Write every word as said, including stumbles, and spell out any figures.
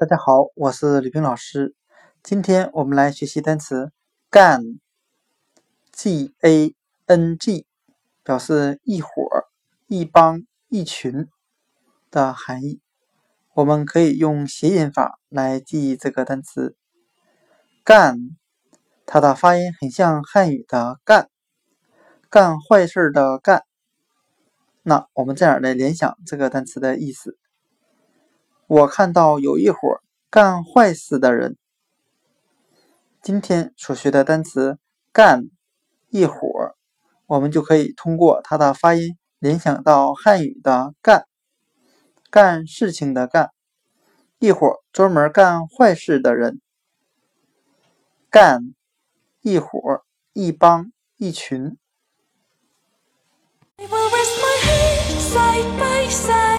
大家好，我是吕冰老师。今天我们来学习单词 gang G A N G， 表示一伙、一帮、一群的含义。我们可以用谐音法来记忆这个单词 gang， 它的发音很像汉语的干，干坏事的干。那我们这样来联想这个单词的意思。我看到有一伙干坏事的人。今天所学的单词干一伙，我们就可以通过它的发音联想到汉语的干，干事情的干，一伙专门干坏事的人，干一伙一帮一群。I will rest my head side by side